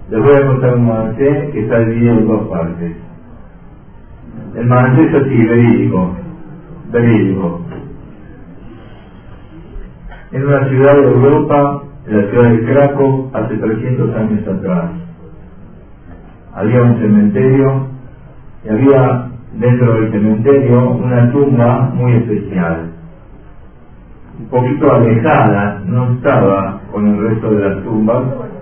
Les voy a contar un manancé que está dividido en dos partes. El manancé es así, verídico. En una ciudad de Europa, en la ciudad de Krakow, hace 300 años atrás, había un cementerio y había dentro del cementerio una tumba muy especial, un poquito alejada, no estaba con el resto de las tumbas.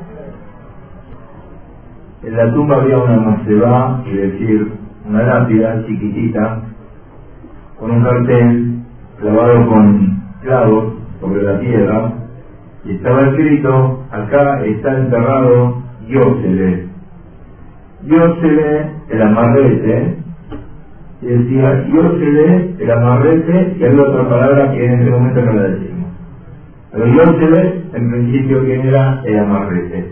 En la tumba había una macebá, es decir, una lápida chiquitita, con un cartel clavado con clavos sobre la piedra, y estaba escrito: acá está enterrado Diósele. Diósele el amarrete, y decía Diósele el amarrete, y había otra palabra que en este momento no la decimos. Pero Diósele, en principio, ¿quién era? El amarrete.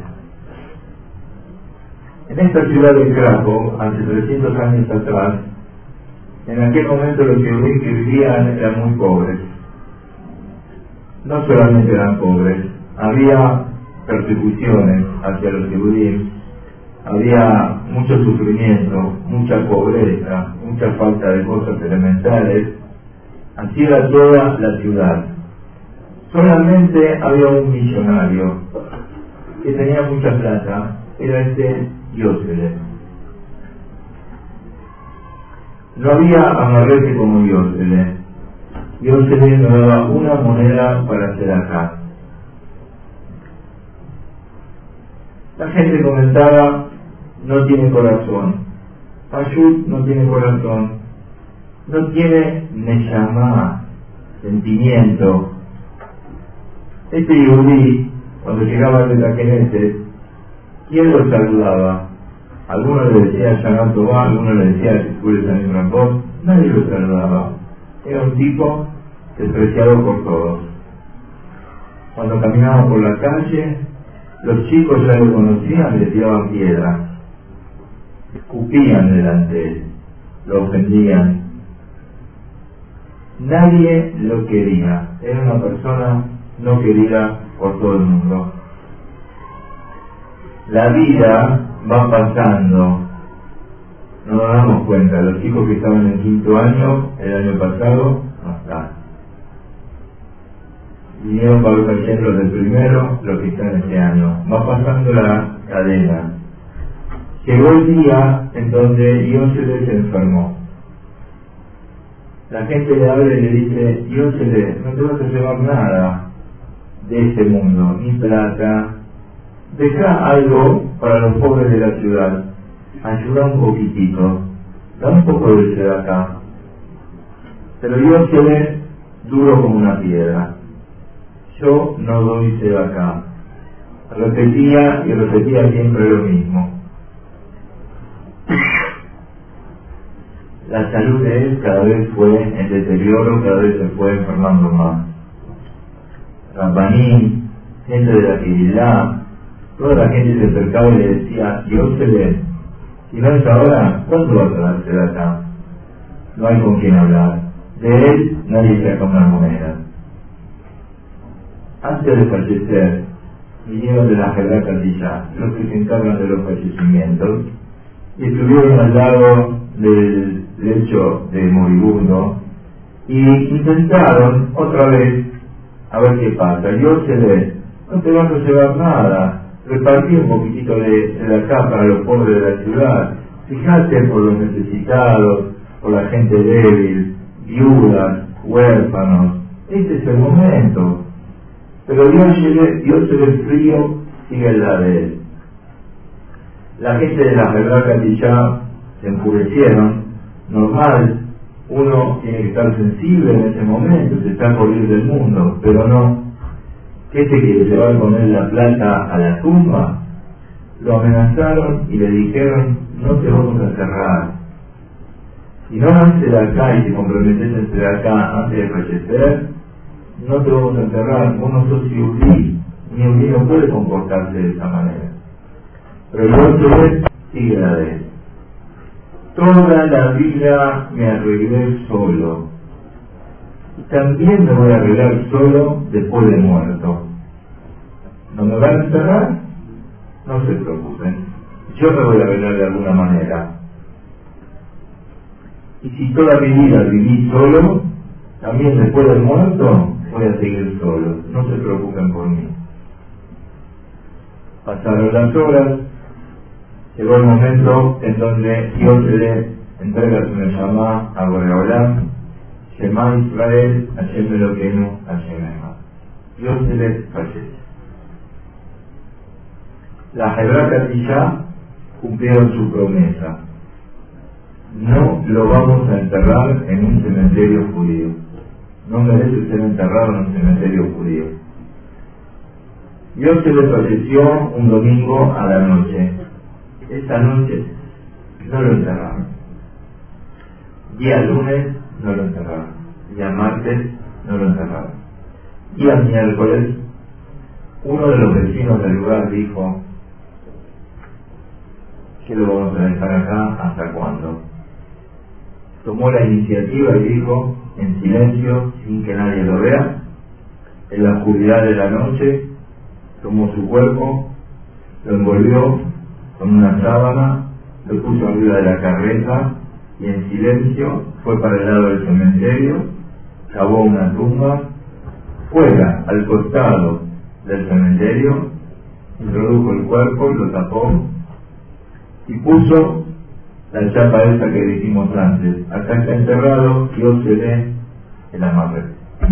En esta ciudad de Krakow, hace 300 años atrás, en aquel momento los que vivían eran muy pobres. No solamente eran pobres, había persecuciones hacia los judíos, había mucho sufrimiento, mucha pobreza, mucha falta de cosas elementales. Así era toda la ciudad. Solamente había un millonario que tenía mucha plata, era este Diósele. No había amarrete como Diósele. Diósele no daba una moneda para hacer acá. La gente comentaba: no tiene corazón. Pashut no tiene corazón. No tiene neshama, sentimiento. Este yudí, cuando llegaba al Betakeneset, ¿quién lo saludaba? Algunos le decían Shabbat Tová, algunos le decían Shikul Sanim Rambot. Nadie lo saludaba. Era un tipo despreciado por todos. Cuando caminaba por la calle, los chicos ya lo conocían y le tiraban piedras, escupían delante de él, lo ofendían. Nadie lo quería, era una persona no querida por todo el mundo. La vida va pasando, no nos damos cuenta. Los chicos que estaban en el 5º año, el año pasado, no están. Vinieron para los del primero, los que están este año. Va pasando la cadena. Llegó el día en donde Diósele se enfermó. La gente le habla y le dice: Diósele, no te vas a llevar nada de este mundo, ni plata. Deja algo para los pobres de la ciudad. Ayuda un poquitito. Da un poco de acá. Pero Diósele, duro como una piedra. Yo no doy acá. Repetía y repetía siempre lo mismo. La salud de él cada vez fue en deterioro, cada vez se fue enfermando más. Rabbanim, gente de la Kehilá, toda la gente se acercaba y le decía: Diósele, si no es ahora, ¿cuándo vas a darse de acá? No hay con quién hablar. De él nadie saca una moneda. Antes de fallecer, vinieron de la Jerá Catillá, los que se encargan de los fallecimientos, y estuvieron al lado del lecho de moribundo y intentaron otra vez a ver qué pasa. Diósele, no te vas a llevar nada, repartí un poquitito de acá para los pobres de la ciudad, fíjate por los necesitados, por la gente débil, viudas, huérfanos. Este es el momento. Pero Diósele frío sigue en la de él. La gente de la Jerá Catillá se enfurecieron. Normal, uno tiene que estar sensible en ese momento, se está por ir del mundo, pero no. ¿Qué se quiere llevar con él la plata a la tumba? Lo amenazaron y le dijeron: no te vamos a enterrar. Si no naces de acá y te comprometes a de acá antes de fallecer, no te vamos a enterrar. Vos no sos yudí, ni un no puede comportarse de esa manera. Pero Diósele sigue la de él. Toda la vida me arreglé solo. Y también me voy a arreglar solo después de muerto. ¿No me van a enterrar? no se preocupen, yo me voy a velar de alguna manera. Y si toda mi vida viví solo, también después del muerto voy a seguir solo, no se preocupen por mí. Pasaron las horas, llegó el momento en donde Dios le entrega su Neshama a Boreolam, Shema Israel, Hashem Elokeinu, Hashem Echad. Dios se le fallece. La Hebra Katishá cumplieron su promesa. No lo vamos a enterrar en un cementerio judío. No merece ser enterrado en un cementerio judío. Dios se le falleció un domingo a la noche. Esta noche no lo enterraron. Día lunes no lo enterraron. Día martes no lo enterraron. Día miércoles, uno de los vecinos del lugar dijo: ¿qué lo vamos a dejar acá? ¿Hasta cuándo? Tomó la iniciativa y dijo, en silencio, sin que nadie lo vea, en la oscuridad de la noche, tomó su cuerpo, lo envolvió con una sábana, lo puso arriba de la carreta y en silencio fue para el lado del cementerio, cavó una tumba, fuera, al costado del cementerio, introdujo el cuerpo, lo tapó y puso la chapa esa que dijimos antes. Acá está enterrado, Dios se ve el amarre.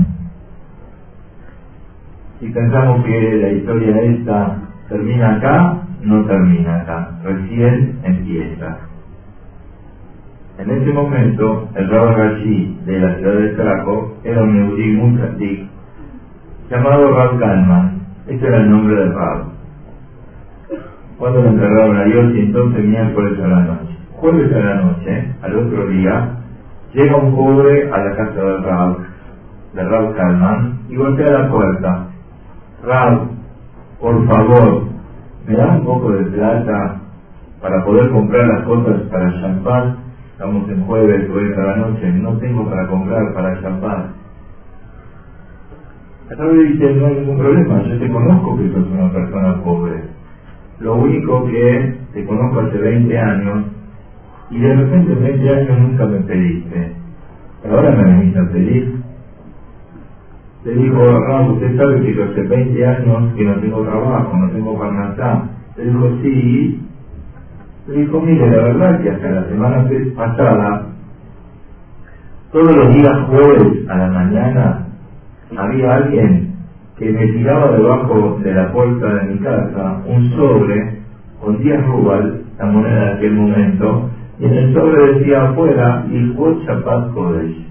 Si pensamos que la historia esta termina acá, no termina acá, recién empieza. En ese momento, el Rab Rashi de la ciudad de Krakow era un Yehudí muy tzadik, llamado Rab Kalman. Ese era el nombre del Rab. Cuando lo enterraron a Dios, y entonces miércoles a la noche. Jueves a la noche, al otro día, llega un pobre a la casa del Rab Kalman, y golpea la puerta. Rab, por favor, ¿me da un poco de plata para poder comprar las cosas para Shabbat? Estamos en jueves a la noche, no tengo para comprar para Shabbat. El Rab le dice, no hay ningún problema, yo te conozco que sos una persona pobre. Lo único que te conozco hace 20 años, y de repente en 20 años nunca me pediste. Pero ahora me venís a pedir. Le dijo, Rab, usted sabe que yo hace 20 años que no tengo trabajo, no tengo parnasá. Le dijo, sí. Le dijo, mire, la verdad que hasta la semana pasada, todos los días jueves a la mañana, había alguien que me tiraba debajo de la puerta de mi casa un sobre con 10 rubal, la moneda de aquel momento, y en el sobre decía afuera, Ilhot Shabbat Kodesh.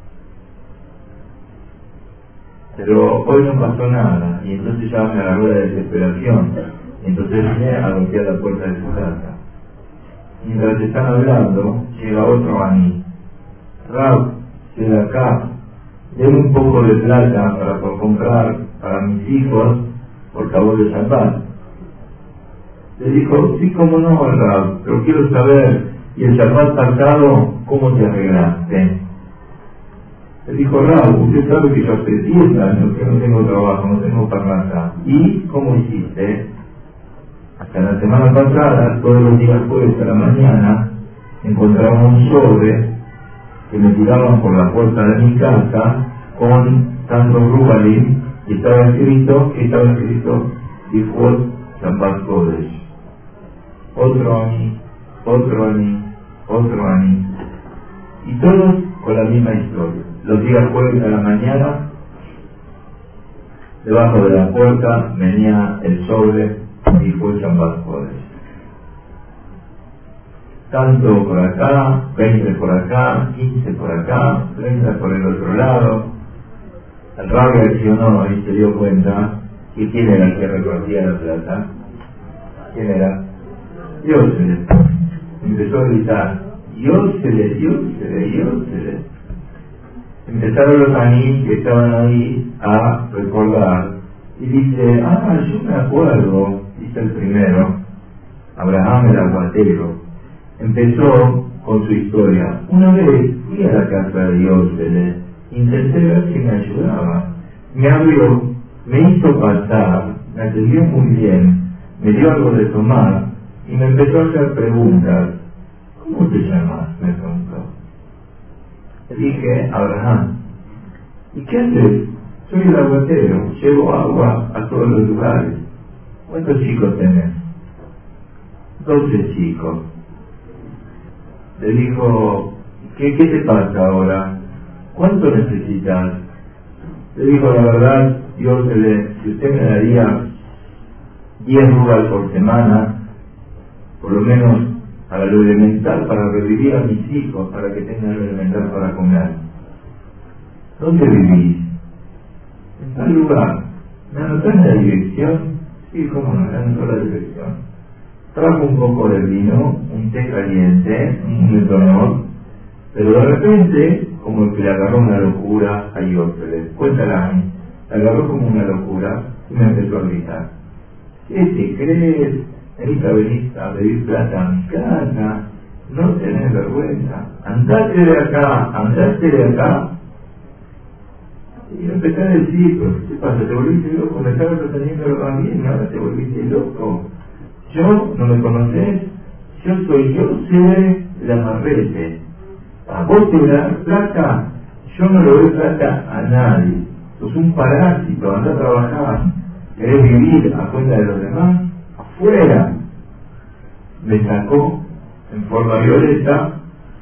Pero hoy no pasó nada, y entonces ya me agarró de desesperación, y entonces vine a golpear la puerta de su casa. Mientras están hablando, llega otro aní. Rab, de acá, denme un poco de plata para comprar para mis hijos por favor de Shabbat. Le dijo, sí, cómo no, Rab, pero quiero saber, ¿y el Shabbat pasado cómo te arreglaste? Le dijo, Rab, usted sabe que yo hace 10 años que no tengo trabajo, no tengo parnasá. ¿Y cómo hiciste? Hasta la semana pasada, todos los días jueves a la mañana, encontraba un sobre que me tiraban por la puerta de mi casa con tantos rubalim y estaba escrito Ilhot Shabbat Kodesh. Otro aní, y todos con la misma historia. Los días jueves a la mañana, debajo de la puerta venía el sobre Ilhot Shabbat Kodesh. Tanto por acá, 20 por acá, 15 por acá, 30 por el otro lado. El Rab reaccionó y se dio cuenta que quién era el que repartía la plata. ¿Quién era? Diósele. Empezó a gritar, Diósele. Empezaron los anís que estaban ahí a recordar. Y dice, yo me acuerdo, dice el primero, Abraham el aguatero. Empezó con su historia. Una vez fui a la casa de Diósele, intenté ver si me ayudaba. Me abrió, me hizo pasar, me atendió muy bien, me dio algo de tomar y me empezó a hacer preguntas. ¿Cómo te llamas?, me preguntó. Le dije, Abraham. ¿Y qué haces? Soy el aguatero, llevo agua a todos los lugares. ¿Cuántos chicos tenés? 12 chicos. Le dijo, ¿qué te pasa ahora? ¿Cuánto necesitas? Le dijo, la verdad, Dios, si usted me daría 10 rubas por semana, por lo menos para lo elemental, para revivir a mis hijos, para que tengan lo elemental para comer. ¿Dónde vivís? En tal lugar. ¿Me anotás la dirección? Sí, cómo no, me anotó la dirección. Trajo un poco de vino, un té caliente, un metonor, pero de repente, como que le agarró una locura a Diógenes. Cuéntala a mí. Le agarró como una locura y me empezó a gritar. ¿Qué te crees? Venís a pedir plata a mi casa, no tenés vergüenza, andate de acá. Y yo empecé a decir, pero ¿qué te pasa? ¿Te volviste loco? Me estabas sosteniendo lo más bien, ahora te volviste loco. Yo, ¿no me conocés? Yo soy Yosele Lamarrete. ¿A vos te das plata? Yo no le doy plata a nadie. Sos un parásito, anda a trabajar. ¿Querés vivir a cuenta de los demás? ¡Fuera! Me sacó en forma violenta,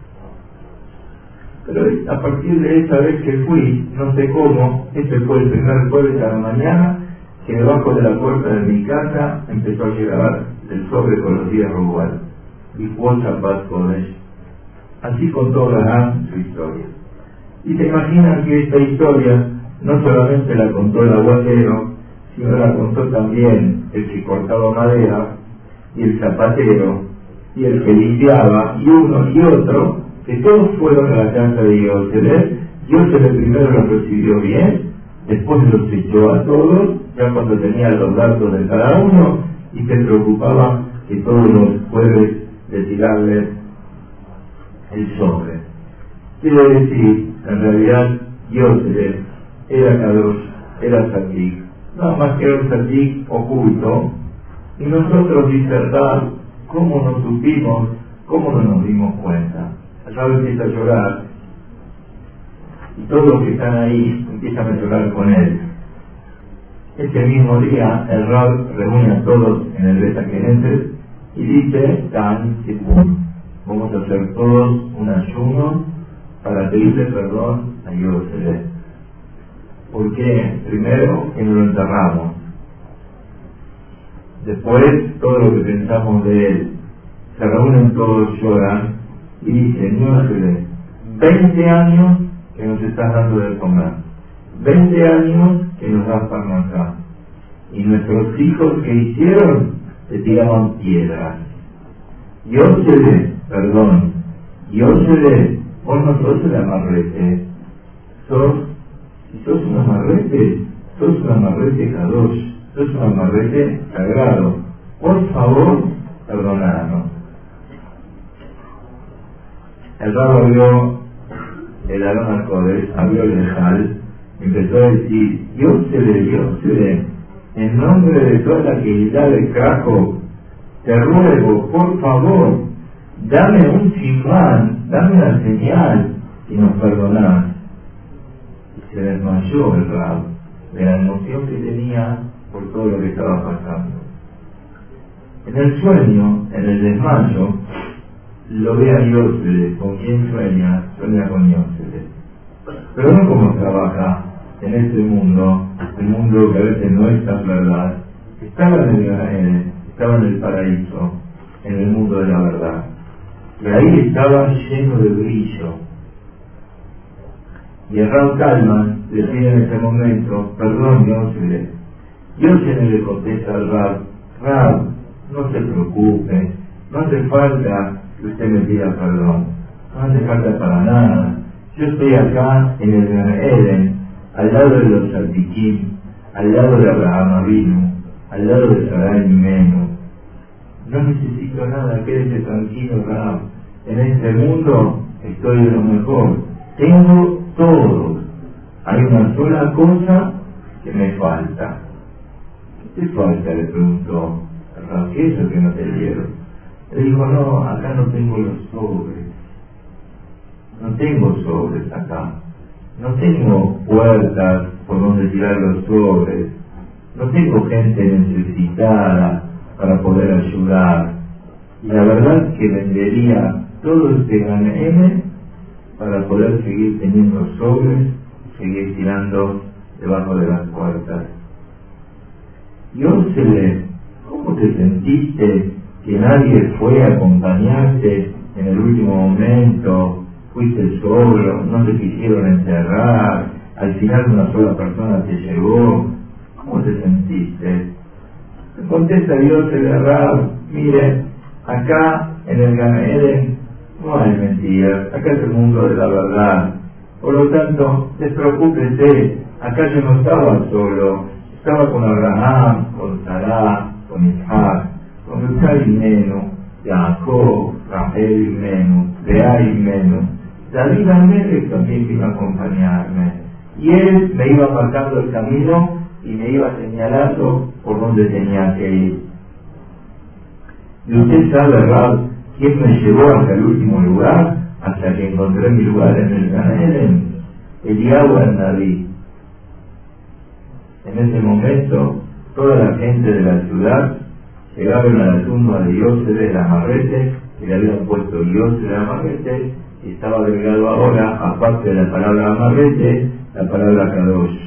pero a partir de esa vez que fui, no sé cómo, ese fue el primer jueves a la mañana, que debajo de la puerta de mi casa empezó a llegar el sobre con los días Rugal. Y Shabbat Kodesh. Así contó Abraham su historia. Y se imaginan que esta historia no solamente la contó el aguatero, sino la contó también el que cortaba madera, y el zapatero, y el que limpiaba, y uno y otro, que todos fueron a la casa de Yosele. Yosele primero los recibió bien, después los echó a todos, ya cuando tenía los datos de cada uno, y se preocupaba que todos los jueves de tirarles el sobre. Quiere decir, en realidad, Yosele era Kadosh, era Tzadik, nada más que era un Tzadik oculto, y nosotros disertar, ¿cómo no supimos, cómo no nos dimos cuenta? Allá empieza a llorar, y todos los que están ahí empiezan a llorar con él. Ese mismo día, el Rab reúne a todos en el Beta Knesset y dice, Tan Sipun, vamos a hacer todos un ayuno para pedirle perdón a Yosele. ¿Por qué? Primero, que no lo enterramos. Después, todo lo que pensamos de él. Se reúnen todos, lloran y dicen, Yosele, 20 años que nos estás dando de comer, 20 años que nos das parnasá, y nuestros hijos que hicieron te tiraban piedras. Yosele, perdón, Yosele, vos no sos el amarrete, si sos un amarrete Kadosh, sos un amarrete sagrado, por favor, perdonanos. El Rab abrió el Arón HaKodesh, abrió el Ejal, empezó a decir, Yosele, en nombre de toda la Kehilá de Krakow, te ruego, por favor, dame un simán, dame una señal, y nos perdonás. Y se desmayó el Rab de la emoción que tenía por todo lo que estaba pasando. En el sueño, en el desmayo, lo ve a Yosele. ¿Con quién sueña? Sueña con Yosele. Pero no como trabaja en este mundo, el mundo que a veces no es tan verdad. Estaba en el Gan-Eden, estaba en el paraíso, en el mundo de la verdad. Y ahí estaba lleno de brillo. Y el Rab Kalman decía en ese momento, perdón Yosele. Yosele le contesta al Rab, no se preocupe, no hace falta que usted me pida perdón, no hace falta para nada. Yo estoy acá en el Gan-Eden, al lado de los Tzadikim, al lado de Abraham Avinu, al lado de Sarai Imenu. No necesito nada, quédese tranquilo, Rab. En este mundo estoy de lo mejor. Tengo todo. Hay una sola cosa que me falta. ¿Qué te falta?, le preguntó ¿qué es lo que no te dieron? Le dijo, no, acá no tengo los sobres. No tengo sobres acá. No tengo puertas por donde tirar los sobres. No tengo gente necesitada para poder ayudar. Y la verdad que vendería todo este Gan-Eden para poder seguir teniendo sobres, seguir tirando debajo de las puertas. Y Ósele, ¿cómo te sentiste que nadie fue a acompañarte en el último momento? Fuiste solo, no te quisieron enterrar, al final una sola persona te llevó. ¿Cómo te sentiste? Le contesta Dios el Rab, mire, acá en el Gan-Eden no hay mentiras, acá es el mundo de la verdad. Por lo tanto, despreocúpese, acá yo no estaba solo, estaba con Abraham, con Sará, con Isaac, con Rebecca y Menú, Jacob, Rachel y Menú, Lea y Menú, David Amelech también iba a acompañarme. Y él me iba marcando el camino y me iba señalando por dónde tenía que ir. Y usted sabe, Rab, quién me llevó hasta el último lugar, hasta que encontré mi lugar en el Gan-Eden. Eliyahu el-Naví. En ese momento, toda la gente de la ciudad llegaron a la tumba de Yosef el Amarrete, que le habían puesto Yosef el Amarrete, y estaba agregado ahora, aparte de la palabra Amarrete, la palabra Kadosh.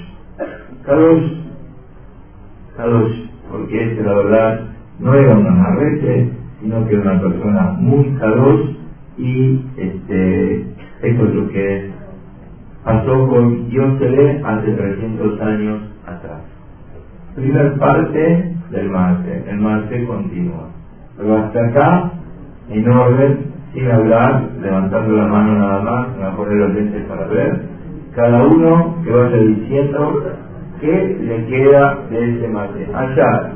Kadosh, porque este, la verdad, no era un Amarrete, sino que era una persona muy Kadosh, y esto es lo que pasó con Yosef hace 300 años atrás. Primera parte del martes, el martes continúa. Pero hasta acá, en orden, sin hablar, levantando la mano nada más, me voy a poner los lentes para ver, cada uno que vaya diciendo qué le queda de ese martes. Allá.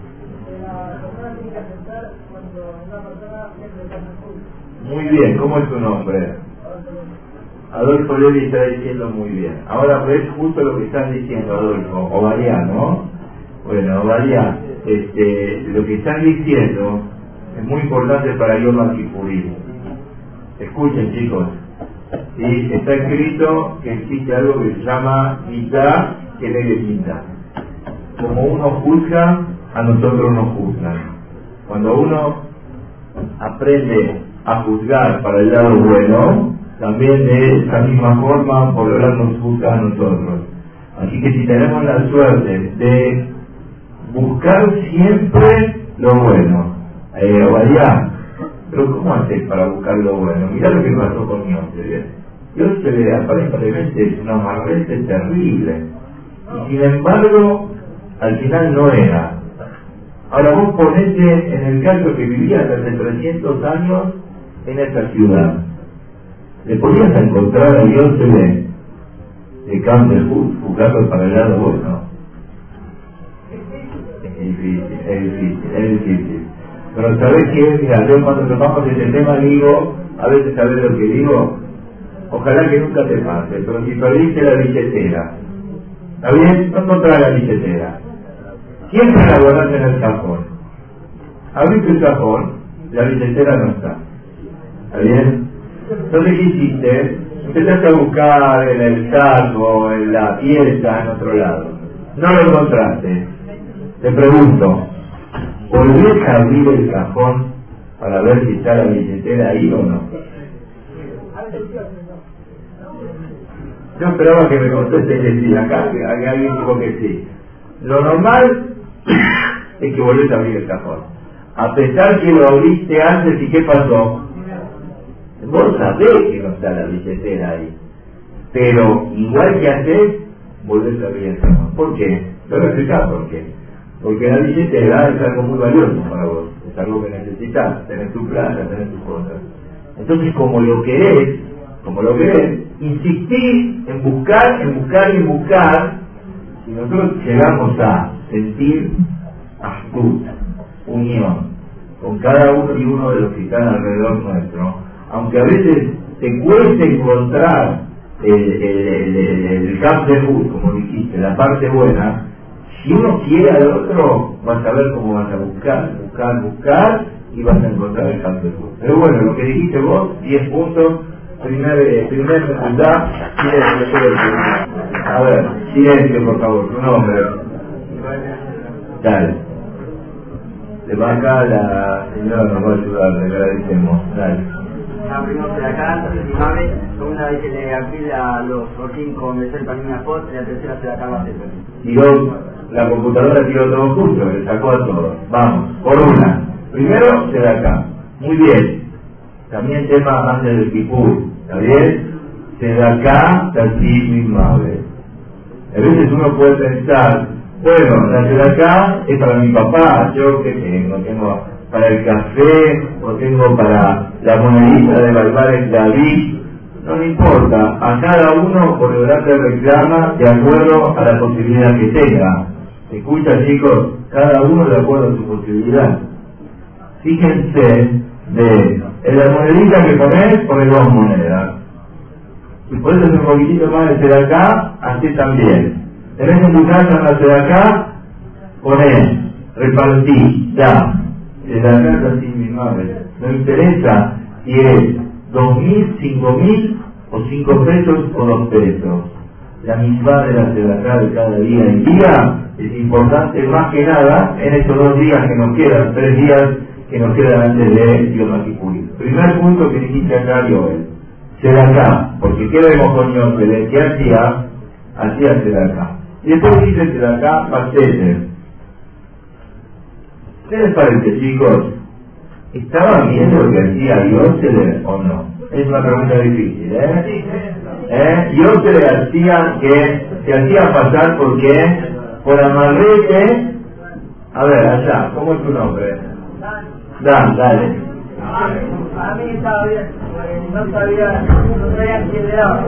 Muy bien, ¿cómo es tu nombre? Adolfo Levi está diciendo muy bien. Ahora ves justo lo que están diciendo, Adolfo, Ovaria, ¿no? Bueno, Ovaria, lo que están diciendo es muy importante para Yom Kippurim. Escuchen, chicos, ¿sí? Está escrito que existe algo que se llama mitad que negue mitad. Como uno juzga, a nosotros nos juzgan. Cuando uno aprende a juzgar para el lado bueno, también de esa misma forma por hablar nos juzga a nosotros. Así que si tenemos la suerte de buscar siempre lo bueno, Ovaria, pero ¿cómo haces para buscar lo bueno? Mirá lo que pasó con Yosef. Yosef aparentemente es un amarrete terrible, y sin embargo al final no era. Ahora vos ponete en el caso que vivías hace 300 años en esta ciudad. ¿Le podías encontrar a Yosef de Campbell buscando para el lado bueno? Es difícil. Pero ¿sabés qué? Mira, yo cuando tomamos este tema digo, a veces ¿sabés lo que digo? Ojalá que nunca te pase, pero si perdiste la billetera, ¿está bien? No encontrás la billetera. Siempre la guardás en el cajón. Abriste el cajón, la billetera no está. ¿Está bien? Entonces, ¿qué hiciste? Empezaste a buscar en el saco, en la pieza, en otro lado. No lo encontraste. Te pregunto, ¿volvés a abrir el cajón para ver si está la billetera ahí o no? Yo esperaba que me conteste que sí, acá alguien dijo que sí. Lo normal es que volvés a abrir el cajón. A pesar que lo abriste antes, ¿y qué pasó? Vos sabés que no está la billetera ahí, pero igual que haces, volvés a abrir el cajón. ¿Por qué? Te voy a explicar por qué. Porque la billetera es algo muy valioso para vos, es algo que necesitas, tenés tu plata, tenés tus cosas. Entonces, como lo querés, insistís en buscar, y nosotros llegamos a sentir astut, unión, con cada uno y uno de los que están alrededor nuestro, aunque a veces te cueste encontrar el camp de Hud, como dijiste, la parte buena, Si uno quiere al otro, vas a ver cómo vas a buscar, y vas a encontrar el campo de juego. Pero bueno, lo que dijiste vos, 10 puntos, primer facultad, a ver, silencio por favor, tu nombre. Dale. De acá la señora nos va a ayudar, le agradecemos. Dale. Primero de acá, segunda vez que le apila a los Roquín con el Panina Pot, y la tercera se la acaba de hacer. Tiró, la computadora tiró todos juntos, le sacó a todos. Vamos, por una. Primero se da acá. Muy bien. También tema antes del Kipur. ¿Está bien? Se da acá, Tatzim y Mabel. A veces uno puede pensar, bueno, la de acá es para mi papá, yo que tengo para el café, o tengo para la monedita de Balbar en David, no me importa, a cada uno por el arte reclama de acuerdo a la posibilidad que tenga. Escucha chicos, cada uno de acuerdo a su posibilidad. Fíjense, en la monedita que pones 2 monedas. Si puedes hacer un poquitito más de acá, así también. Tenés en tu casa una de acá, ponés, repartí, da. De la casa así mi madre. No interesa si es 2.000, 5.000 o 5 pesos o 2 pesos. La misma de la acá de cada día y día es importante más que nada en estos 2 días que nos quedan, 3 días que nos quedan antes de Yom Kippur. Primer punto que dijiste acá, Joel. Acá, porque ¿qué vemos con Yosele? ¿Qué hacía? Hacía acá. Y después dice acá, Pasete. ¿Qué les parece, chicos? ¿Estaban viendo lo que hacía Yosele o no? Es una pregunta difícil, Yosele hacía que se hacía pasar por amarrete. A ver, allá, ¿cómo es tu nombre? Dan, dale. A mí estaba bien, no sabía quién le daba.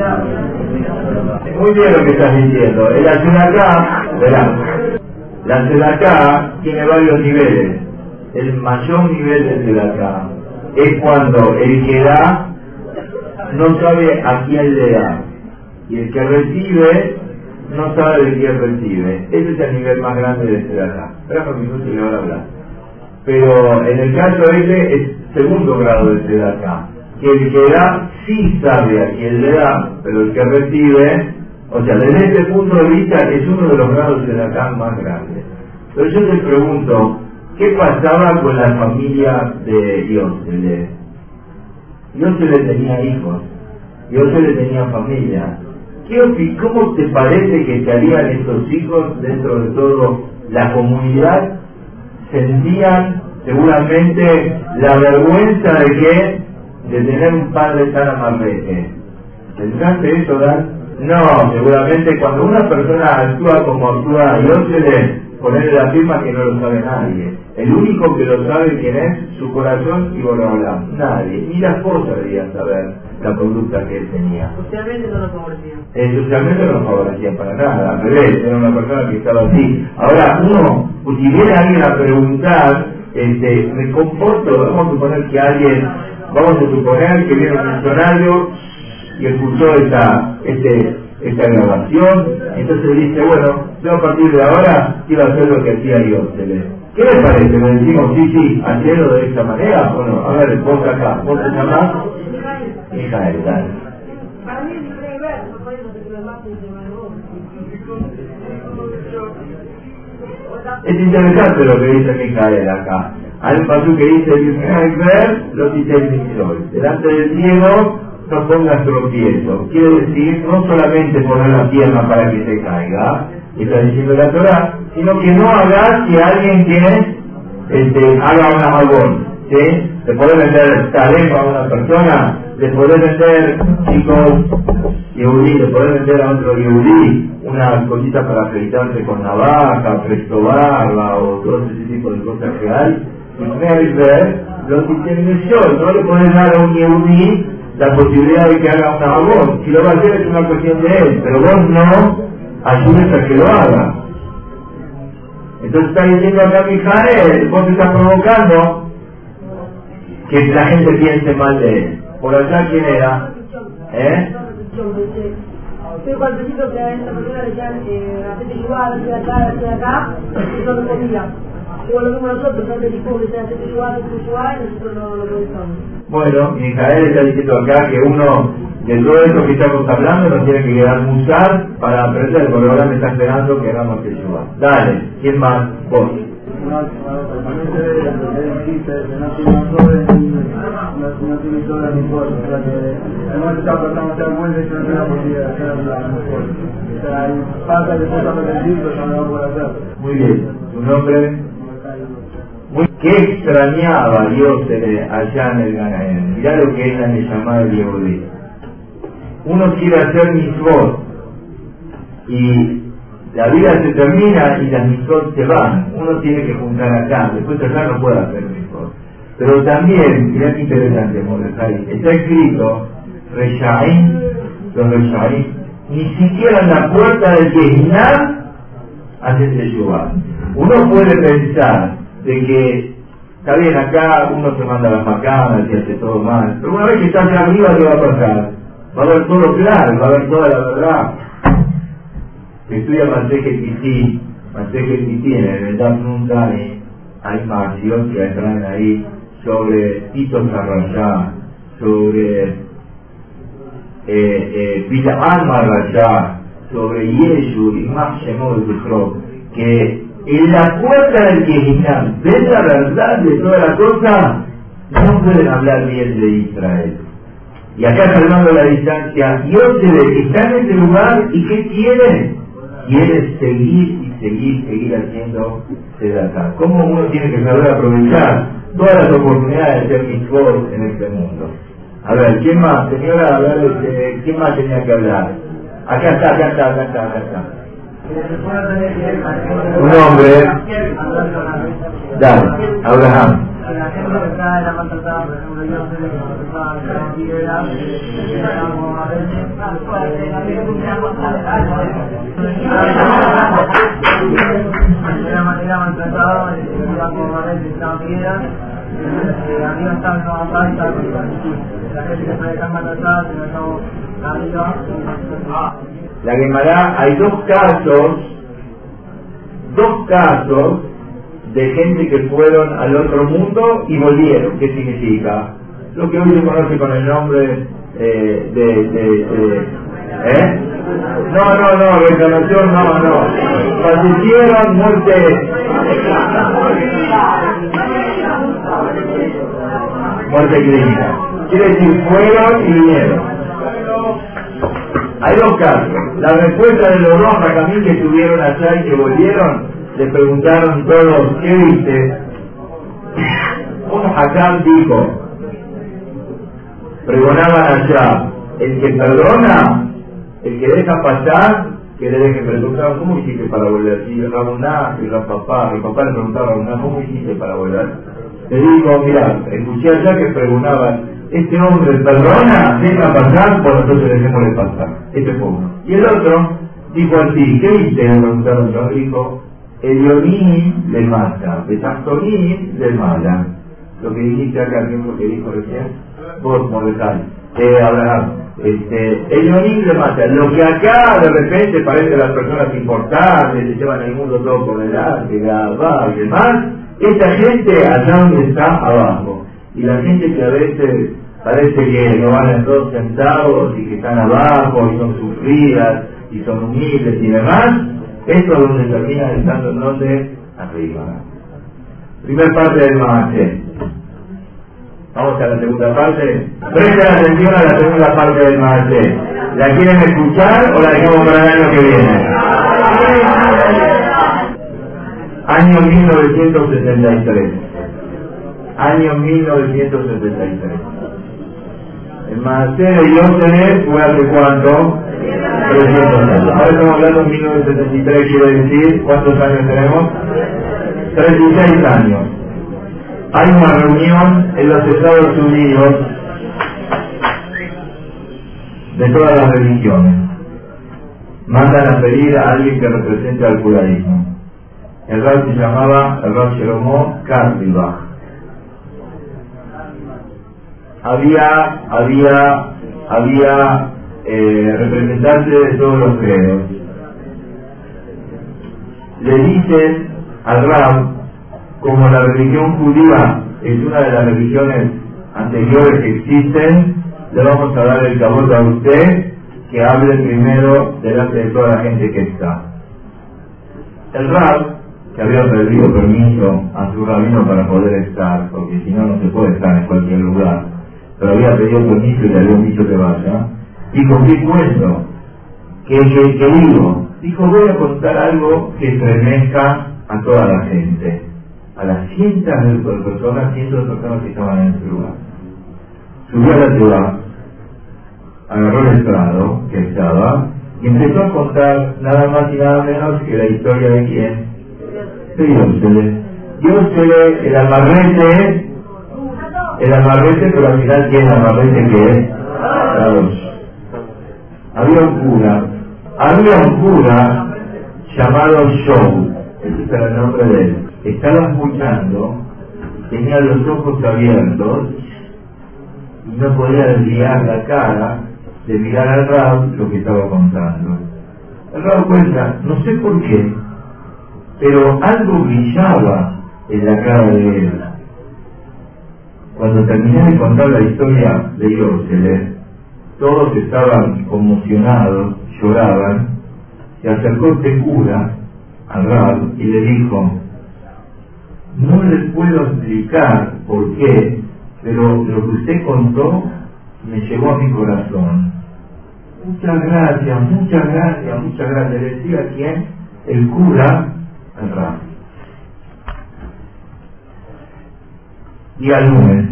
Muy bien lo que estás diciendo. El acá, verá, la acá tiene varios niveles. El mayor nivel del acá es cuando el que da no sabe a quién le da. Y el que recibe no sabe de quién recibe. Ese es el nivel más grande de acá. Espera un minuto y le voy a hablar. Pero en el caso ese es segundo grado de acá, que el que da sí sabe a quién le da, pero el que recibe, o sea, desde este punto de vista es uno de los grados de acá más grandes. Pero yo te pregunto, ¿qué pasaba con la familia de Yosele? Yosele tenía hijos, Yosele tenía familia. ¿Cómo te parece que se harían estos hijos dentro de todo la comunidad? Sentían seguramente la vergüenza de tener un padre tan amarrete. ¿Pensaste eso, Dan? No, seguramente cuando una persona actúa como actúa Yosele, ponerle la firma que no lo sabe nadie. El único que lo sabe quién es, su corazón y Boreolam. Nadie, ni la esposa debía saber la conducta que él tenía. Socialmente no lo favorecía. Socialmente no lo favorecía para nada, al revés, era una persona que estaba así. Ahora, si viene alguien a preguntar, me comporto, vamos a suponer que alguien, que viene un funcionario y escuchó esta grabación, entonces dice, bueno, yo a partir de ahora quiero hacer lo que hacía Yosele. ¿Qué les parece? ¿Le decimos sí, hacerlo de esta manera o no? A ver, vos acá, vos te llamás Mijael, dale. Para mí es inverso, por eso se lo más es interesante lo que dice Mijael acá. Hay un pasú que dice, ver, lo dice el Mitzvot. Delante del ciego no pongas tropiezo. Quiere decir, no solamente poner la pierna para que te caiga, está diciendo la Torah, sino que no hagas que alguien que haga una jabón, ¿sí? Le podés vender talento a una persona, le podés vender, chicos, yehudí, le podés vender a otro yehudí una cosita para afeitarse con navaja, presto barba o todo ese tipo de cosas que hay. Y ver lo que tiene yo, no le podés dar a un yehudí la posibilidad de que haga una jabón. Si lo va a hacer es una cuestión de él, pero vos no ayudes a que lo haga. Entonces está diciendo acá Mijael, vos te estás provocando que la gente piense mal de él. Por allá, ¿quién era? Pero al principio que a esta persona le decían, hacete igual, hacete acá, y no respondía. O lo mismo nosotros, no te dijo que sea hacete igual, y nosotros no lo revisamos. Bueno, Mijael está diciendo acá que uno de todo esto que estamos hablando nos tiene que quedar musar para aprender, porque ahora me está esperando que hagamos que ayudar. Dale, ¿quién más? Vos. Muy bien, ¿tu nombre? ¿Qué extrañaba Dios allá en el Ganaén? Mirá lo que es la Neshama del Yehudí. Uno quiere hacer mitzvot y la vida se termina y las mitzvot se van. Uno tiene que juntar acá, después allá no puede hacer mitzvot. Pero también, mirá qué interesante, Mordecai, está escrito, Reshaim, los Reshaim, ni siquiera en la puerta del Gehinam hacen teshuvah. Uno puede pensar de que está bien, acá uno se manda las macanas y hace todo mal, pero una vez que está allá arriba, ¿qué va a pasar? Va a haber todo claro, va a haber toda la verdad. Se estudia Masejet Titi en el Daf Nun Dani, hay Maasiot que traen ahí sobre Tito Sarrayá, sobre Bil'an Marrayá, sobre Yeshu y Mach Shemot Zichro, que en la puerta del Gehinam ven la verdad de toda la cosa, no pueden hablar bien de Israel. Y acá salvando la distancia, Dios está en ese lugar y ¿qué quiere? Quiere seguir haciendo sedata. ¿Cómo uno tiene que saber aprovechar todas las oportunidades de hacer mitzvot en este mundo? A ver, ¿quién más? Señora, a ver, ¿quién más tenía que hablar? Acá está. Un hombre. Dale, Abraham. La gente que está en la maltratada, por ejemplo, yo soy la maltratada de la antigüedad, estamos a veces, era maltratado, digamos, a veces estaba piedra, arriba está en Nueva Planta, la gente que está dejando maltratada, se lo dejamos arriba. La Gemara, hay dos casos de gente que fueron al otro mundo y volvieron. ¿Qué significa? Lo que hoy se conoce con el nombre reencarnación, no. Fallecieron, muerte clínica. Quiere decir, fueron y vinieron. Hay dos casos. La respuesta de los dos Racamín que estuvieron allá y que volvieron, le preguntaron todos, ¿qué viste? Un Hakam dijo, pregonaban allá, el que perdona, el que deja pasar, que le deje. Preguntaron, ¿cómo hiciste para volver? Y Rabuná, y el papá le preguntaba a Rabuná, ¿cómo hiciste para volver? Le digo, mira, escuché allá que pregonaban, este hombre perdona, deja pasar, pues nosotros dejémosle pasar. Este fue uno. Y el otro dijo así, ¿qué viste? Le preguntaron, yo dijo, Elionim le mata, Betachtonim le mala. Lo que dijiste acá, ¿qué es lo que dijo recién? Vos, Mordecai, Abraham. Elionim le mata. Lo que acá de repente parece a las personas importantes, se llevan el mundo todo por delante, y demás, esta gente allá donde está abajo. Y la gente que a veces parece que no van todos sentados y que están abajo y son sufridas y son humildes y demás, esto es donde termina estando en donde arriba. Primer parte del Maaseh. Vamos a la segunda parte. Presten atención a la segunda parte del Maaseh. ¿La quieren escuchar o la dejamos para el año que viene? Año 1973. Año 1973. El Maaseh de Yosenet fue hace cuánto? 300 años. Ahora estamos hablando de 1973, quiere decir, ¿cuántos años tenemos? 36 años. Hay una reunión en los Estados Unidos de todas las religiones. Mandan a pedir a alguien que represente al judaísmo. El Rab se llamaba el Rab Shlomo Carlebach. Había representante de todos los credos. Le dicen al Rab, como la religión judía es una de las religiones anteriores que existen, le vamos a dar el favor a usted que hable primero delante de toda la gente que está. El Rab, que había pedido permiso a su rabino para poder estar, porque si no, no se puede estar en cualquier lugar, pero había pedido permiso y le habían dicho que vaya, dijo, ¿qué cuento? ¿Qué digo? Dijo, voy a contar algo que estremezca a toda la gente, a las cientos de personas que estaban en ese lugar. Subió a la ciudad, agarró el estrado que estaba y empezó a contar nada más y nada menos que la historia de quién, de Diósele, el amarrete, pero al final ¿quién amarrete que es? Había un cura llamado Show, ese era el nombre de él. Estaba escuchando, tenía los ojos abiertos y no podía desviar la cara de mirar al Rab lo que estaba contando. El Rab cuenta, no sé por qué, pero algo brillaba en la cara de él. Cuando terminé de contar la historia de Diósele, todos estaban conmocionados, lloraban. Se acercó este cura al Rab y le dijo, no les puedo explicar por qué, pero lo que usted contó me llegó a mi corazón. Muchas gracias, muchas gracias, muchas gracias. Le decía quién, el cura al Rab. Y al lunes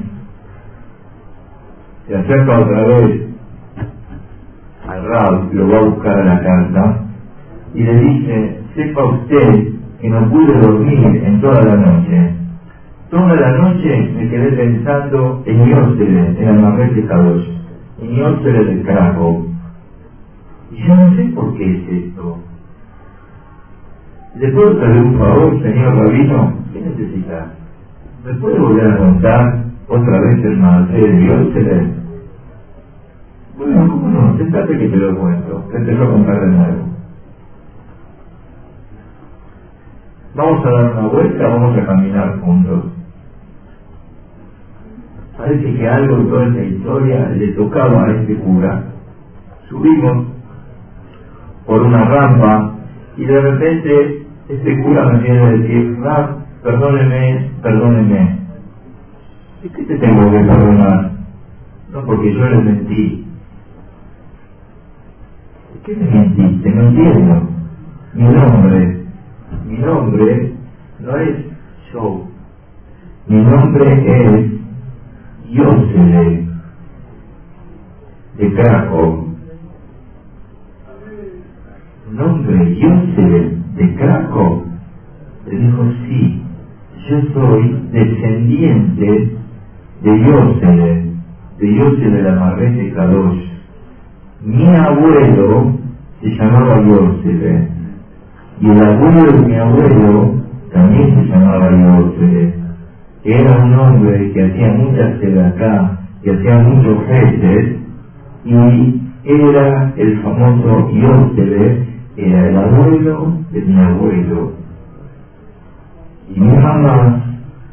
se acerca otra vez al Rab, lo va a buscar a la casa y le dice, sepa usted que no pude dormir en toda la noche. Toda la noche me quedé pensando en Diósele, en Amarrete Kadosh, en Diósele de Krakow. Y yo no sé por qué es esto. ¿Le puedo pedir un favor, señor rabino? ¿Qué necesita? ¿Me puede volver a contar otra vez el Maaseh de Diósele? Bueno, ¿cómo no? Sentate que te lo cuento. Te lo contar de nuevo. Vamos a dar una vuelta, vamos a caminar juntos. Parece que algo de toda esta historia le tocaba a este cura. Subimos por una rampa y de repente este cura me viene a decir, Rab, perdóneme. ¿Y qué te tengo que perdonar? No, porque yo le mentí. ¿Qué me mentiste? No entiendo. Mi nombre no es Show. Mi nombre es Diósele de Krakow. ¿Nombre Diósele de Krakow? Le dijo, sí, yo soy descendiente de Diósele de la Amarrete Kadosh. Mi abuelo se llamaba Diósele y el abuelo de mi abuelo también se llamaba Diósele, que era un hombre que hacía muchas sedacá, que hacía muchos jeces, y era el famoso Diósele, era el abuelo de mi abuelo. Y mi mamá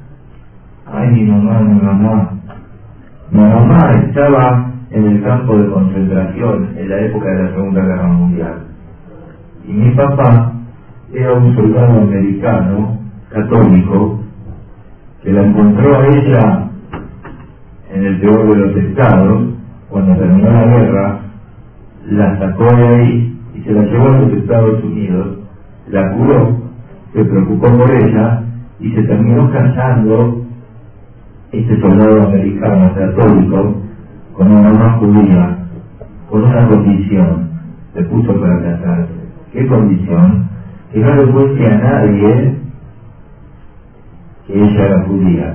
estaba en el campo de concentración en la época de la Segunda Guerra Mundial. Y mi papá era un soldado americano, católico, que la encontró a ella en el peor de los estados. Cuando terminó la guerra, la sacó de ahí y se la llevó a los Estados Unidos, la curó, se preocupó por ella y se terminó casando este soldado americano católico con una mamá judía, con una condición, se puso para casarse. ¿Qué condición? Que no le cueste a nadie que ella era judía.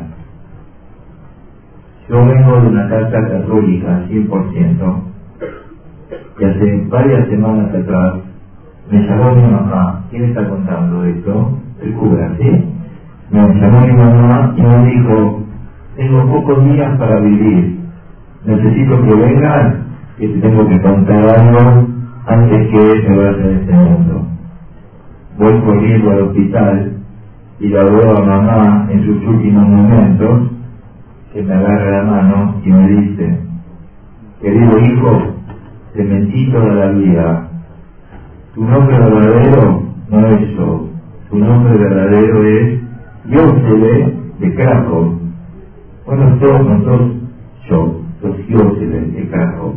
Yo vengo de una casa católica 100%, que hace varias semanas atrás me llamó mi mamá. ¿Quién está contando esto? El cura, ¿sí? Me llamó mi mamá y me dijo, tengo pocos días para vivir, necesito que vengan que te tengo que contar algo antes que me vaya de este mundo. Voy corriendo al hospital y la veo a mamá en sus últimos momentos, que me agarra la mano y me dice: querido hijo, te mentí toda la vida. Tu nombre verdadero no es yo, tu nombre verdadero es Yosele de Krakow. Bueno, no sos yo, sos Yosele de Krakow.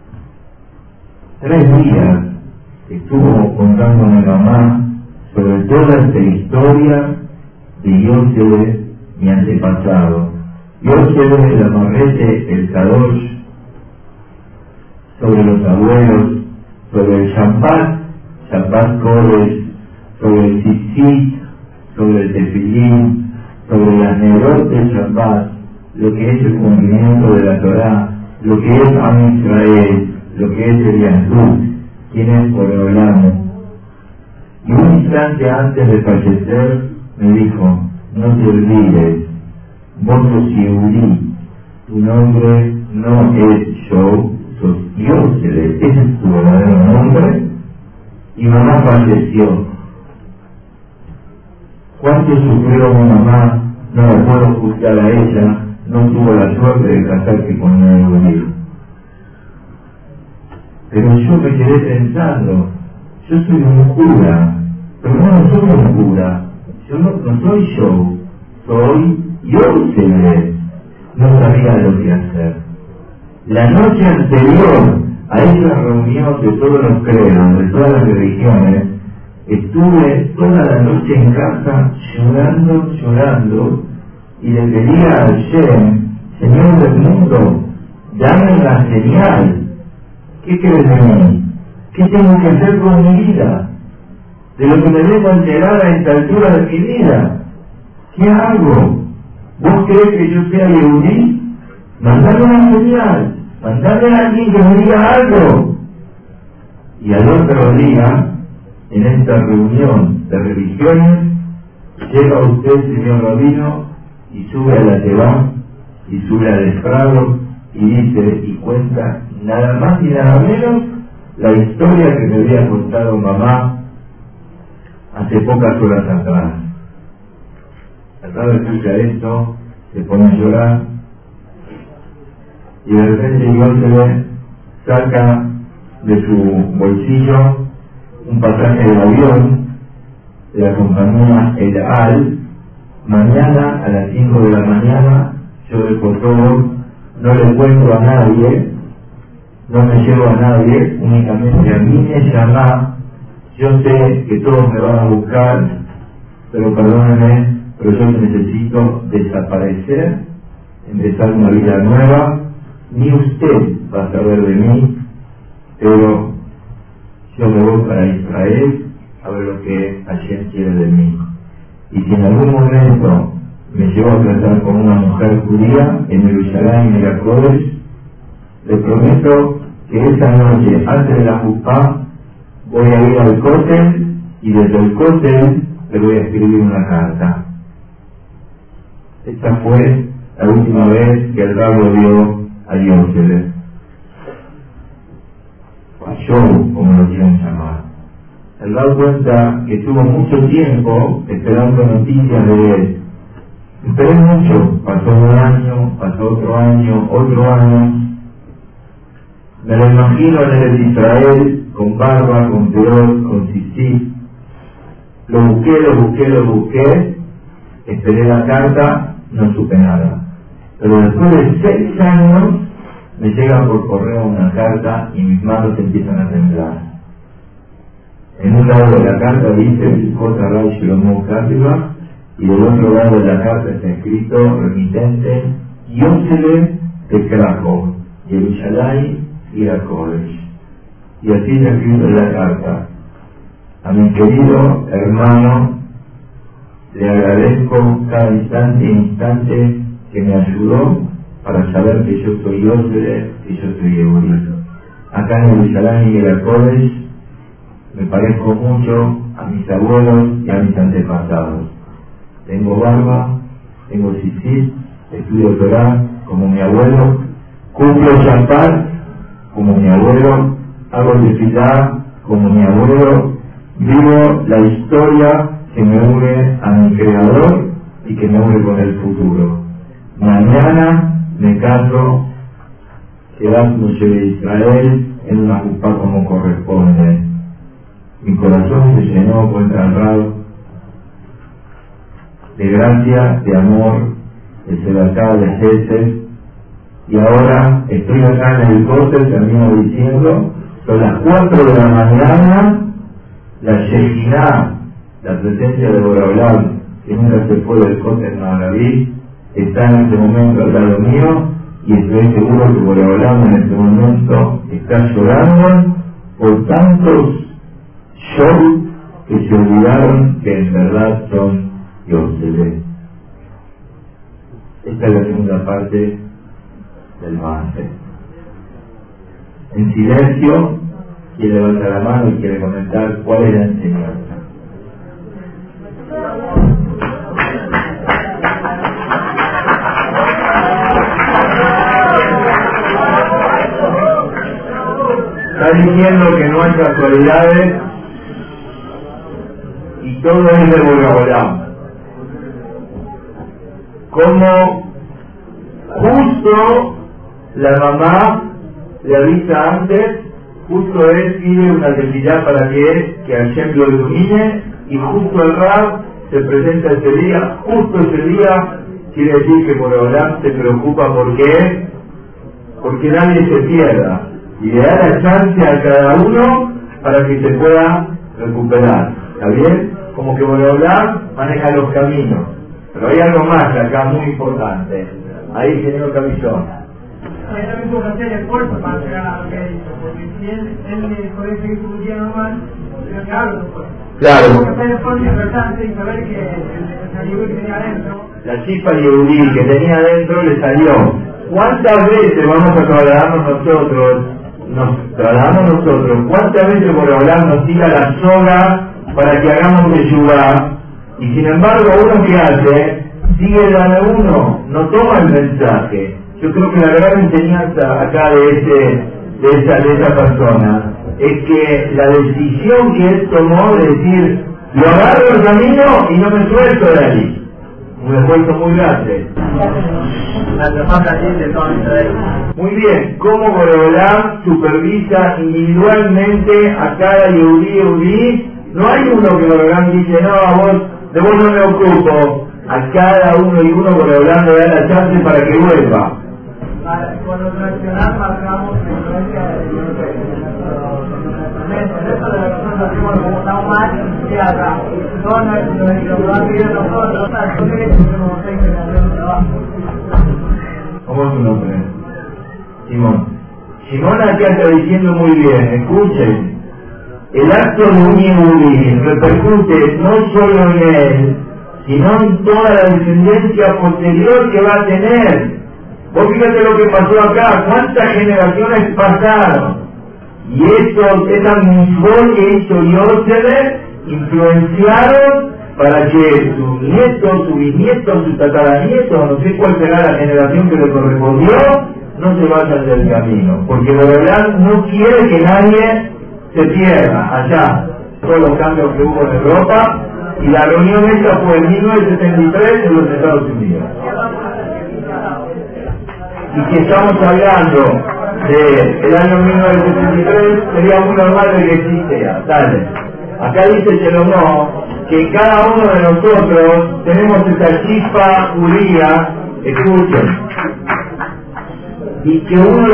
3 días estuvo contándome mamá sobre toda esta historia de Yosele, mi antepasado. Yosele el Amarrete, el Kadosh, sobre los abuelos, sobre el Shabbat Kodesh, sobre el Tzitzit, sobre el Tefilín, sobre las Nerot del Shabbat, lo que es el cumplimiento de la Torá, lo que es Am Israel, lo que es el Yahud, quién es Boreolam. Y un instante antes de fallecer me dijo: no te olvides, vos sos Yehudí, tu nombre no es yo, sos Yosele, ese es tu verdadero nombre. Y mamá falleció. ¿Cuánto sufrió mi mamá? No la puedo juzgar a ella, no tuvo la suerte de casarse con un judío. Pero yo me quedé pensando, yo soy un cura, pero no soy un cura, yo no soy yo, soy Yosele. No sabía lo que hacer. La noche anterior a esa reunión de todos los credos, de todas las religiones, estuve toda la noche en casa llorando, y le pedía a Hashem: Señor del mundo, dame la señal. ¿Qué crees de mí? ¿Qué tengo que hacer con mi vida? De lo que me debo enterar a esta altura de mi vida. ¿Qué hago? ¿Vos crees que yo sea Yehudí? Mandame una señal, mandame a alguien que me diga algo. Y al otro día, en esta reunión de religiones, llega usted, señor rabino, y sube a la Tebá, y sube al estrado, y dice y cuenta nada más y nada menos la historia que me había contado mamá hace pocas horas atrás. Trataba de escuchar esto, se pone a llorar, y de repente Yosele saca de su bolsillo un pasaje de avión de la compañía El Al. Mañana a las 5 de la mañana yo dejo todo, no le cuento a nadie, no me llevo a nadie, únicamente a mí me llama. Yo sé que todos me van a buscar, pero perdónenme, pero yo necesito desaparecer, empezar una vida nueva. Ni usted va a saber de mí, pero yo me voy para Israel a ver lo que Hashem quiere de mí. Y si en algún momento me llevo a tratar con una mujer judía en Jerusalén y en la Kodesh, le prometo que esa noche, antes de la Jupá, voy a ir al Kotel, y desde el Kotel le voy a escribir una carta. Esta fue la última vez que el Rabo vio a Yosele, o a Joe, como lo quieran llamar. El Rabo cuenta que estuvo mucho tiempo esperando noticias de él. Esperé mucho, pasó un año, pasó otro año. Me lo imagino en el Israel, con barba, con peor, con sisí. Lo busqué, esperé la carta, no supe nada. Pero después de 6 años, me llega por correo una carta y mis manos empiezan a temblar. En un lado de la carta dice J. Rav Shlomo Carlebach, y del otro lado de la carta está escrito remitente Yosele de Krakow, Jerusalén y la Kodesh. Y así está escrito en la carta: a mi querido hermano le agradezco cada instante que me ayudó para saber que yo soy Yosele, que yo soy Yehudí. Acá en Jerusalén y en la Kodesh me parezco mucho a mis abuelos y a mis antepasados. Tengo barba, tengo tzitzit, estudio Torah como mi abuelo, cumplo Shabbat como mi abuelo, hago tefilá como mi abuelo, vivo la historia que me une a mi creador y que me une con el futuro. Mañana me caso, Kedat Moshe de Israel, en una jupá como corresponde. Mi corazón se llenó con el de gracia, de amor, de sedacá, de Jesús, y ahora estoy acá en el cóctel, termino diciendo, son las 4 de la mañana, la Shekinah, la presencia de Boraholam, que nunca se fue del cóctel Naví, está en este momento al lado mío, y estoy seguro que Boraholam en este momento está llorando por tantos shows que se olvidaron que en verdad son Yosef. Esta es la segunda parte del Maaseh. En silencio, quien levanta la mano y quiere comentar cuál es la enseñanza. Está diciendo que no hay casualidades y todo es de Boraholam. Como justo la mamá le avisa antes, justo él pide una tefilá para que Hashem lo ilumine, y justo el Rab se presenta ese día, justo ese día quiere decir que Boraholam se preocupa porque nadie se pierda, y le da la chance a cada uno para que se pueda recuperar. ¿Está bien? Como que Boraholam maneja los caminos. Pero hay algo más acá muy importante. Ahí, señor Camillón. Él también tuvo que hacer el esfuerzo para llegar a lo que él hizo, porque si él podía seguir su día normal, pero claro, no puede. Claro. Tuvo que hacer el esfuerzo importante y saber que el Yehudí que tenía adentro. La chispa Yehudí que tenía adentro le salió. ¿Cuántas veces vamos a trasladarnos nosotros? ¿Cuántas veces Boraholam nos tira la soga para que hagamos teshuvá? Y sin embargo, uno que hace, sigue dando uno, no toma el mensaje. Yo creo que la gran enseñanza acá de esa persona es que la decisión que él tomó de decir, lo agarro el camino y no me suelto de ahí. Un esfuerzo muy grande. Muy bien, ¿cómo Boraholam supervisa individualmente a cada Yehudí? No hay uno que Boraholam dice, no, de vos no me ocupo. A cada uno y uno Boraholam le da la chance para que vuelva. Por lo tradicional marcamos la influencia de eso de lo que nosotros hacemos como estamos mal, y acá. No, lo que van pidiendo nosotros, son derechos que tenemos que hacer un trabajo. ¿Cómo es su nombre? Simón. Simón acá está diciendo muy bien, escuchen. El acto de un Yehudí repercute no solo en él, sino en toda la descendencia posterior que va a tener. Vos fíjate lo que pasó acá, cuántas generaciones pasaron. Y esa mitzvot que hizo Yosef influenciaron para que sus nietos, sus bisnietos, sus tataranietos, no sé cuál será la generación que le correspondió, no se vayan del camino. Porque Boraholam no quiere que nadie se pierda allá. Todos los cambios que hubo en Europa, y la reunión esta fue en 1973 en los Estados Unidos. Y si estamos hablando del año 1973, sería muy normal de que existiera. Dale. Acá dice Shelomó que cada uno de nosotros tenemos esa chispa judía, escuchen, y que uno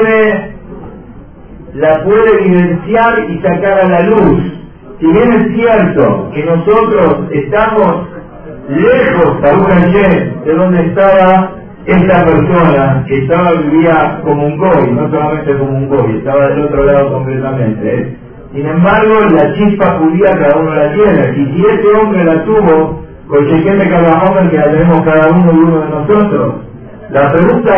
la puede evidenciar y sacar a la luz. Si bien es cierto que nosotros estamos lejos, Baruch Hashem, de donde estaba esta persona, que vivía como un goy, no solamente como un goy, estaba del otro lado completamente. Sin embargo, la chispa judía cada uno la tiene, y si ese hombre la tuvo, con Shekem de cada hombre que la tenemos cada uno y uno de nosotros, la pregunta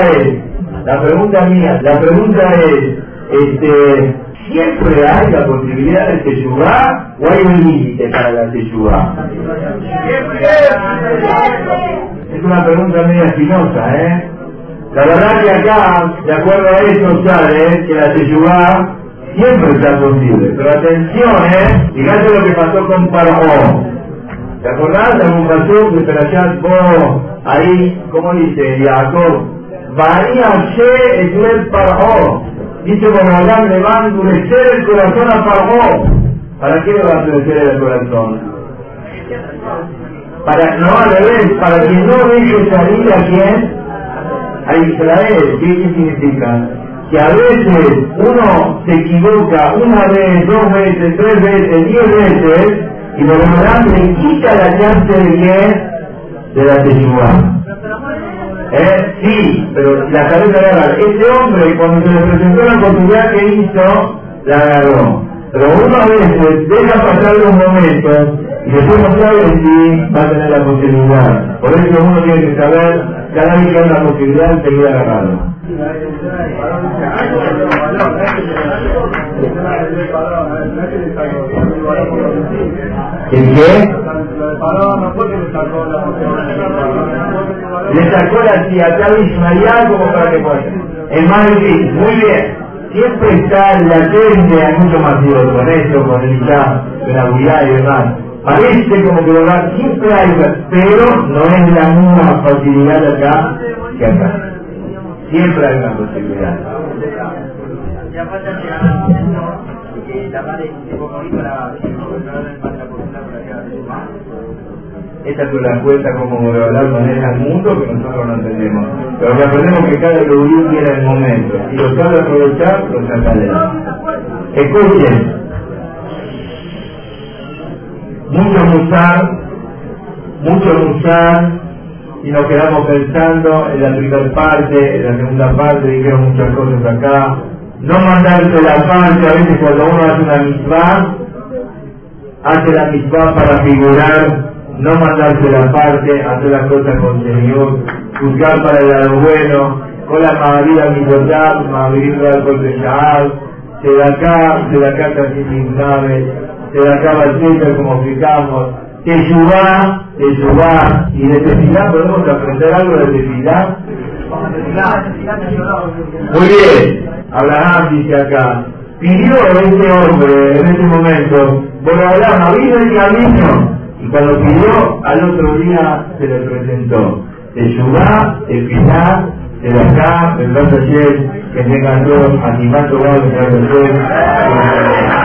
es, ¿siempre hay la posibilidad de teshuvá o hay un límite para la teshuvá? Es una pregunta media espinosa, La verdad que acá, de acuerdo a eso, sale que la teshuvá siempre está posible. Pero atención, fíjate lo que pasó con Paró. ¿Te acordás de algún pasó que Perashat Bo, ahí, como dice Jacob? Varía She Etuel Paró. Dice Borolán, le va a endurecer el corazón a Paró. ¿Para qué le va a endurecer el corazón? No, al revés, para que no deje salir a quién, a Israel. ¿Qué significa? Que a veces uno se equivoca una vez, 2 veces, 3 veces, 10 veces, y por lo menos le quita la chance de quién, de la teshuvá. Sí, pero la cabeza la agarra. Ese hombre, cuando se le presentó la oportunidad que hizo, la agarró. Pero uno a veces deja pasar los momentos y después no sabe si va a tener la posibilidad. Por eso uno tiene que saber, cada vez que hay una posibilidad, seguir agarrando. ¿El qué? Le sacó la tía Ismael como para que pueda. Es más difícil, muy bien. Siempre está latente, hay mucho más digo con esto, con el Islam, con la Guyá y demás. Parece como que verdad, siempre hay, pero no es la misma facilidad acá que acá. Siempre hay una posibilidad. Ya falta que la madre de Bocorito la esta es la cuenta como hablar maneja el mundo que nosotros no entendemos. Pero que aprendemos que cada Elohim tiene el momento. Si lo sabe aprovechar, lo saca adelante. Escuchen. Mucho musar, y nos quedamos pensando en la primera parte, en la segunda parte, dijeron muchas cosas acá. No mandarse la parte, a veces cuando uno hace una mitzvah para figurar. No mandarse la parte, hacer las cosas con Señor, juzgar para el lado bueno, con la maravilla mitotá, maravilla de Shahab, se da acá casi sin naves, se da acá Balceta como explicamos, Teshuvá, y de Tefilá podemos aprender algo de Tefilá. Muy bien, Abraham dice acá, pidió a este hombre en ese momento, Borolán, avisa el camino. Y cuando pidió, al otro día se le presentó. Teshuvá, Tefilá, de acá, del Ayer, que tengan todos, animando, que